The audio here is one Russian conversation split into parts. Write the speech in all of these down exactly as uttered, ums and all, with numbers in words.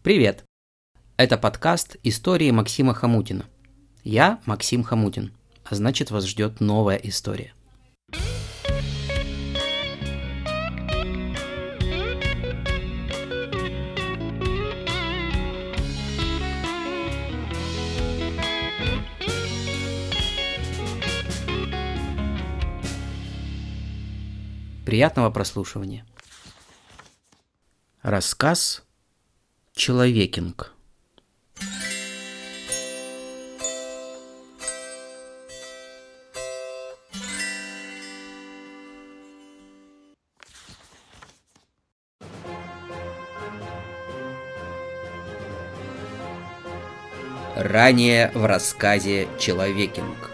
Привет! Это подкаст «Истории Максима Хомутина». Я Максим Хомутин, а значит, вас ждет новая история. Приятного прослушивания. Рассказ «Человекинг». Ранее в рассказе «Человекинг».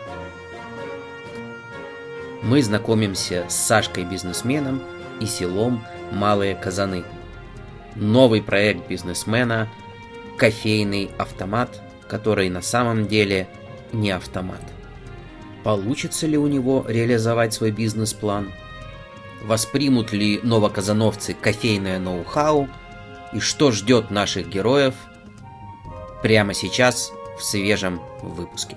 Мы знакомимся с Сашкой-бизнесменом и селом Малые Казаны. Новый проект бизнесмена – кофейный автомат, который на самом деле не автомат. Получится ли у него реализовать свой бизнес-план? Воспримут ли новоказановцы кофейное ноу-хау? И что ждет наших героев прямо сейчас в свежем выпуске?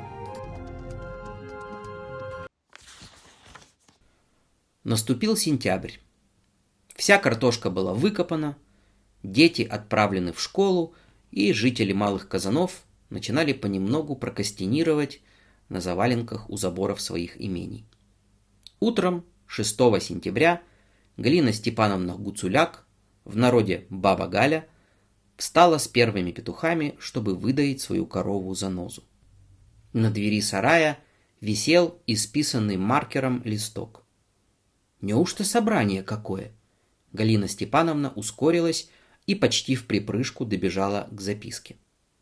Наступил сентябрь. Вся картошка была выкопана, дети отправлены в школу, и жители Малых Казанов начинали понемногу прокастинировать на заваленках у заборов своих имений. Утром шестого сентября Галина Степановна Гуцуляк, в народе Баба Галя, встала с первыми петухами, чтобы выдоить свою корову Занозу. На двери сарая висел исписанный маркером листок. Неужто собрание какое? Галина Степановна ускорилась и почти в припрыжку добежала к записке.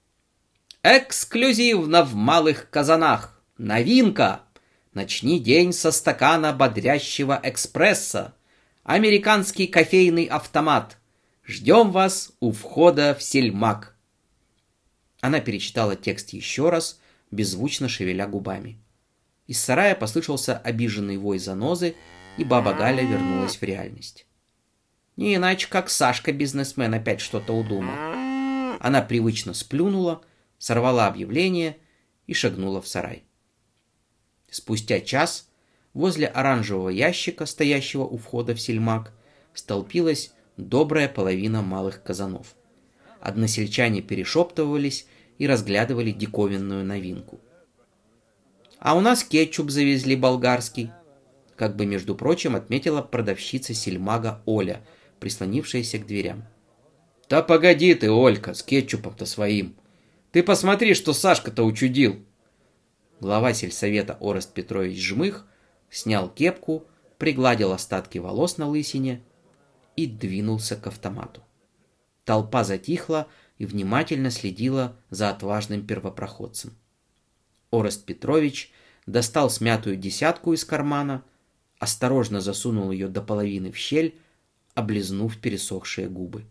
«Эксклюзивно в Малых Казанах! Новинка! Начни день со стакана бодрящего экспресса! Американский кофейный автомат! Ждем вас у входа в сельмаг!» Она перечитала текст еще раз, беззвучно шевеля губами. Из сарая послышался обиженный вой Занозы, и баба Галя вернулась в реальность. Не иначе, как Сашка-бизнесмен опять что-то удумал. Она привычно сплюнула, сорвала объявление и шагнула в сарай. Спустя час возле оранжевого ящика, стоящего у входа в сельмаг, столпилась добрая половина Малых Казанов. Односельчане перешептывались и разглядывали диковинную новинку. «А у нас кетчуп завезли болгарский», как бы, между прочим, отметила продавщица сельмага Оля, прислонившаяся к дверям. «Да погоди ты, Олька, с кетчупом-то своим! Ты посмотри, что Сашка-то учудил!» Глава сельсовета Орест Петрович Жмых снял кепку, пригладил остатки волос на лысине и двинулся к автомату. Толпа затихла и внимательно следила за отважным первопроходцем. Орест Петрович достал смятую десятку из кармана, осторожно засунул ее до половины в щель, облизнув пересохшие губы.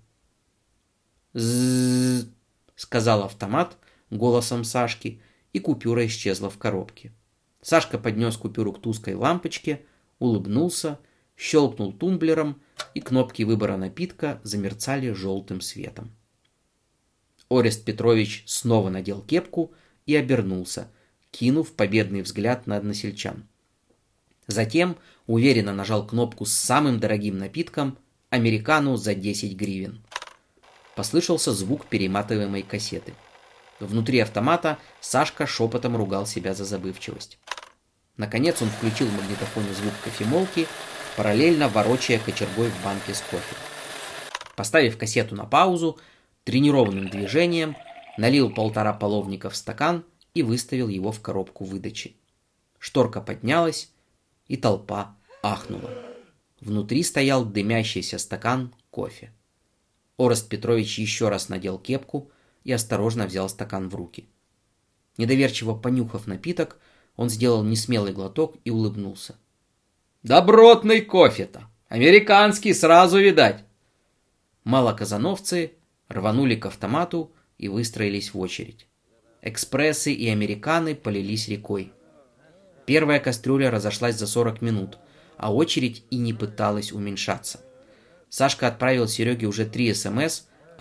«З-з-з», сказал автомат голосом Сашки, и купюра исчезла в коробке. Сашка поднес купюру к тусклой лампочке, улыбнулся, щелкнул тумблером, и кнопки выбора напитка замерцали желтым светом. Орест Петрович снова надел кепку и обернулся, кинув победный взгляд на односельчан. Затем уверенно нажал кнопку с самым дорогим напитком «Американу» за десять гривен. Послышался звук перематываемой кассеты. Внутри автомата Сашка шепотом ругал себя за забывчивость. Наконец он включил в магнитофоне звук кофемолки, параллельно ворочая кочергой в банке с кофе. Поставив кассету на паузу, тренированным движением налил полтора половника в стакан и выставил его в коробку выдачи. Шторка поднялась, и толпа ахнула. Внутри стоял дымящийся стакан кофе. Орест Петрович еще раз надел кепку и осторожно взял стакан в руки. Недоверчиво понюхав напиток, он сделал несмелый глоток и улыбнулся. «Добротный кофе-то! Американский, сразу видать!» Малоказановцы рванули к автомату и выстроились в очередь. Экспрессы и американы полились рекой. Первая кастрюля разошлась за сорок минут, а очередь и не пыталась уменьшаться. Сашка отправил Сереге уже три смс,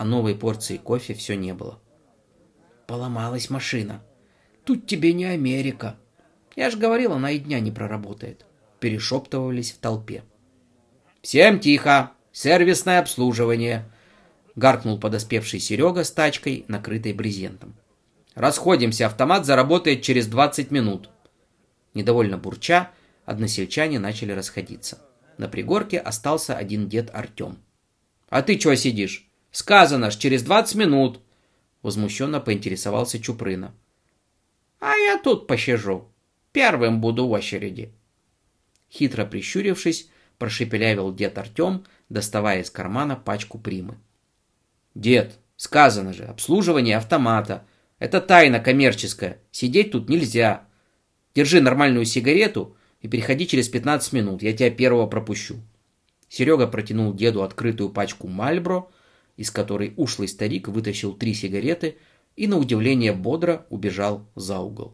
а новой порции кофе все не было. «Поломалась машина. Тут тебе не Америка. Я ж говорил, она и дня не проработает», — перешептывались в толпе. «Всем тихо! Сервисное обслуживание!» — гаркнул подоспевший Серега с тачкой, накрытой брезентом. «Расходимся, автомат заработает через двадцать минут». Недовольно бурча, односельчане начали расходиться. На пригорке остался один дед Артем. «А ты чего сидишь? Сказано ж, через двадцать минут!» Возмущенно поинтересовался Чупрына. «А я тут посижу. Первым буду в очереди». Хитро прищурившись, прошепелявил дед Артем, доставая из кармана пачку примы. «Дед, сказано же, обслуживание автомата. Это тайна коммерческая. Сидеть тут нельзя. Держи нормальную сигарету и переходи через пятнадцать минут. Я тебя первого пропущу». Серега протянул деду открытую пачку Мальбро, из которой ушлый старик вытащил три сигареты и, на удивление, бодро убежал за угол.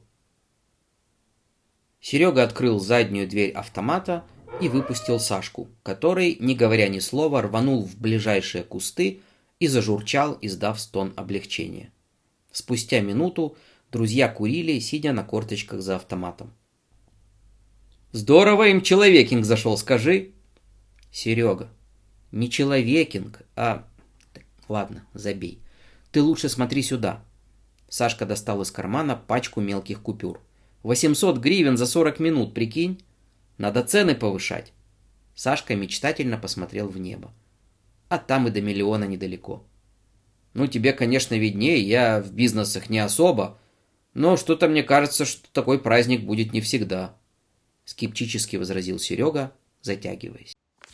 Серега открыл заднюю дверь автомата и выпустил Сашку, который, не говоря ни слова, рванул в ближайшие кусты и зажурчал, издав стон облегчения. Спустя минуту друзья курили, сидя на корточках за автоматом. «Здорово им человекинг зашел, скажи!» «Серега, не человекинг, а...» «Ладно, забей. Ты лучше смотри сюда». Сашка достал из кармана пачку мелких купюр. восемьсот гривен за сорок минут, прикинь? Надо цены повышать». Сашка мечтательно посмотрел в небо. А там и до миллиона недалеко. «Ну, тебе, конечно, виднее, я в бизнесах не особо, но что-то мне кажется, что такой праздник будет не всегда», — скептически возразил Серега, затягиваясь.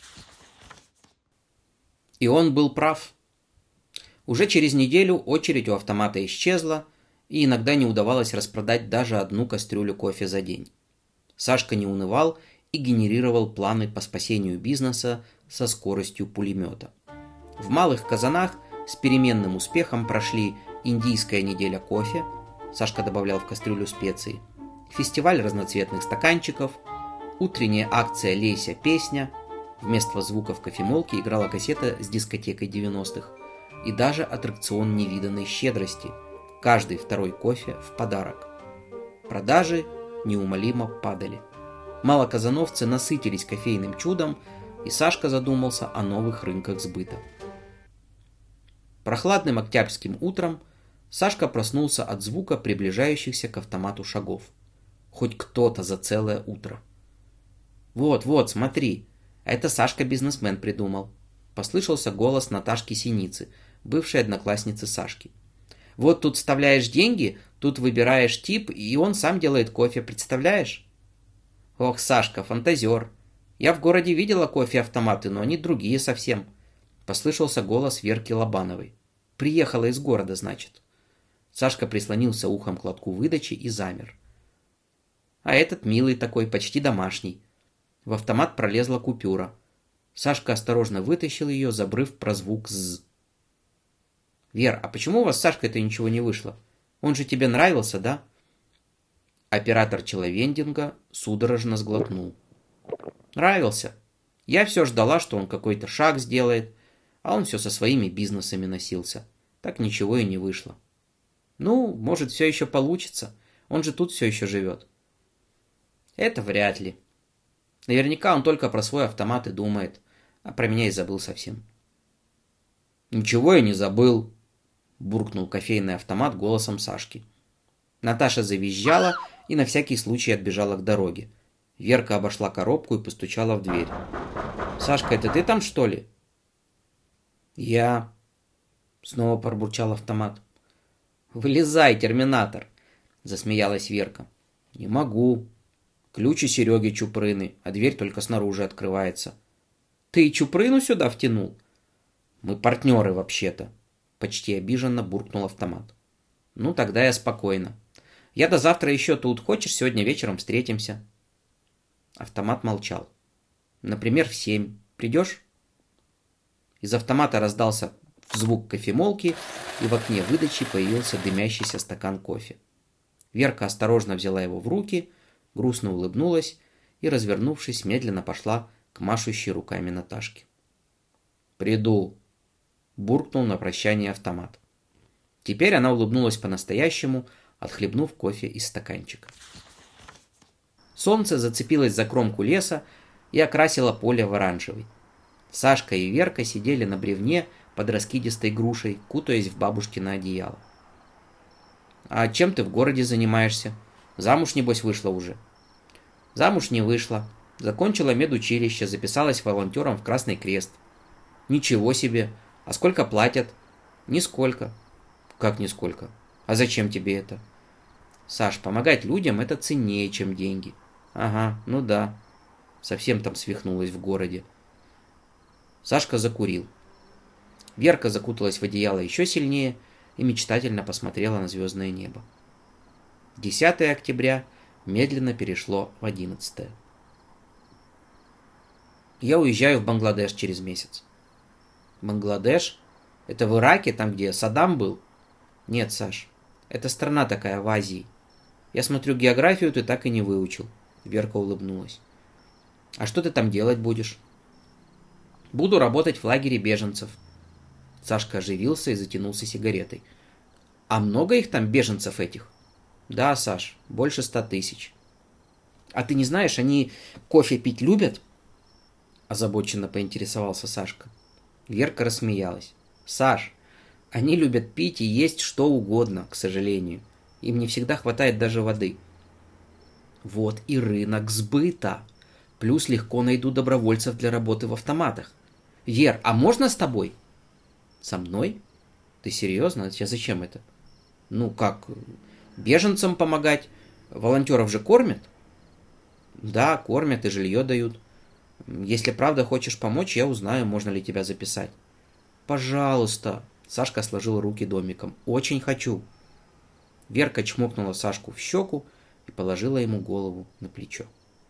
И он был прав. Уже через неделю очередь у автомата исчезла, и иногда не удавалось распродать даже одну кастрюлю кофе за день. Сашка не унывал и генерировал планы по спасению бизнеса со скоростью пулемета. В Малых Казанах с переменным успехом прошли индийская неделя кофе, Сашка добавлял в кастрюлю специи, фестиваль разноцветных стаканчиков, утренняя акция «Лейся, песня», вместо звуков кофемолки играла кассета с дискотекой девяностых, и даже аттракцион невиданной щедрости – каждый второй кофе в подарок. Продажи неумолимо падали. Малоказановцы насытились кофейным чудом, и Сашка задумался о новых рынках сбыта. Прохладным октябрьским утром Сашка проснулся от звука приближающихся к автомату шагов. Хоть кто-то за целое утро. «Вот, вот, смотри, это Сашка-бизнесмен придумал», — послышался голос Наташки Синицы, бывшей одноклассницы Сашки. «Вот тут вставляешь деньги, тут выбираешь тип, и он сам делает кофе, представляешь?» «Ох, Сашка, фантазер. Я в городе видела кофе-автоматы, но они другие совсем», — послышался голос Верки Лобановой. «Приехала из города, значит». Сашка прислонился ухом к лотку выдачи и замер. А этот милый такой, почти домашний. В автомат пролезла купюра. Сашка осторожно вытащил ее, забрыв про звук «з». «Вер, а почему у вас с Сашкой-то ничего не вышло? Он же тебе нравился, да?» Оператор телевендинга судорожно сглотнул. «Нравился. Я все ждала, что он какой-то шаг сделает, а он все со своими бизнесами носился. Так ничего и не вышло. Ну, может, все еще получится. Он же тут все еще живет». «Это вряд ли. Наверняка он только про свой автомат и думает, а про меня и забыл совсем». «Ничего я не забыл», — буркнул кофейный автомат голосом Сашки. Наташа завизжала и на всякий случай отбежала к дороге. Верка обошла коробку и постучала в дверь. «Сашка, это ты там, что ли?» «Я...» — снова пробурчал автомат. «Вылезай, терминатор!» — засмеялась Верка. «Не могу. Ключ у Сереги Чупрыны, а дверь только снаружи открывается». «Ты и Чупрыну сюда втянул?» «Мы партнеры вообще-то», — почти обиженно буркнул автомат. «Ну, тогда я спокойно. Я до завтра еще тут. Хочешь, сегодня вечером встретимся?» Автомат молчал. «Например, в семь. Придешь?» Из автомата раздался звук кофемолки, и в окне выдачи появился дымящийся стакан кофе. Верка осторожно взяла его в руки, грустно улыбнулась и, развернувшись, медленно пошла к машущей руками Наташке. «Приду», буркнул на прощание автомат. Теперь она улыбнулась по-настоящему, отхлебнув кофе из стаканчика. Солнце зацепилось за кромку леса и окрасило поле в оранжевый. Сашка и Верка сидели на бревне под раскидистой грушей, кутаясь в бабушкино одеяло. «А чем ты в городе занимаешься? Замуж, небось, вышла уже?» «Замуж не вышла. Закончила медучилище, записалась волонтером в Красный Крест». «Ничего себе! А сколько платят?» «Нисколько». «Как нисколько? А зачем тебе это?» «Саш, помогать людям – это ценнее, чем деньги». «Ага, ну да. Совсем там свихнулась в городе». Сашка закурил. Верка закуталась в одеяло еще сильнее и мечтательно посмотрела на звездное небо. десятое октября медленно перешло в одиннадцатое. «Я уезжаю в Бангладеш через месяц». «Бангладеш? Это в Ираке, там, где Саддам был?» «Нет, Саш, это страна такая в Азии. Я смотрю, географию ты так и не выучил». Верка улыбнулась. «А что ты там делать будешь?» «Буду работать в лагере беженцев». Сашка оживился и затянулся сигаретой. «А много их там, беженцев этих?» «Да, Саш, больше ста тысяч». «А ты не знаешь, они кофе пить любят?» Озабоченно поинтересовался Сашка. Верка рассмеялась. «Саш, они любят пить и есть что угодно, к сожалению. Им не всегда хватает даже воды». «Вот и рынок сбыта. Плюс легко найду добровольцев для работы в автоматах. Вер, а можно с тобой?» «Со мной? Ты серьезно? Тебе зачем это?» «Ну как, беженцам помогать? Волонтеров же кормят?» «Да, кормят и жилье дают. Если правда хочешь помочь, я узнаю, можно ли тебя записать». «Пожалуйста!» Сашка сложил руки домиком. «Очень хочу!» Верка чмокнула Сашку в щеку и положила ему голову на плечо.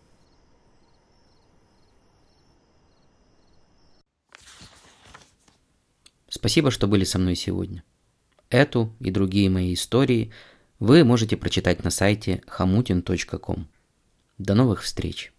Спасибо, что были со мной сегодня. Эту и другие мои истории вы можете прочитать на сайте хомутин точка ком. До новых встреч!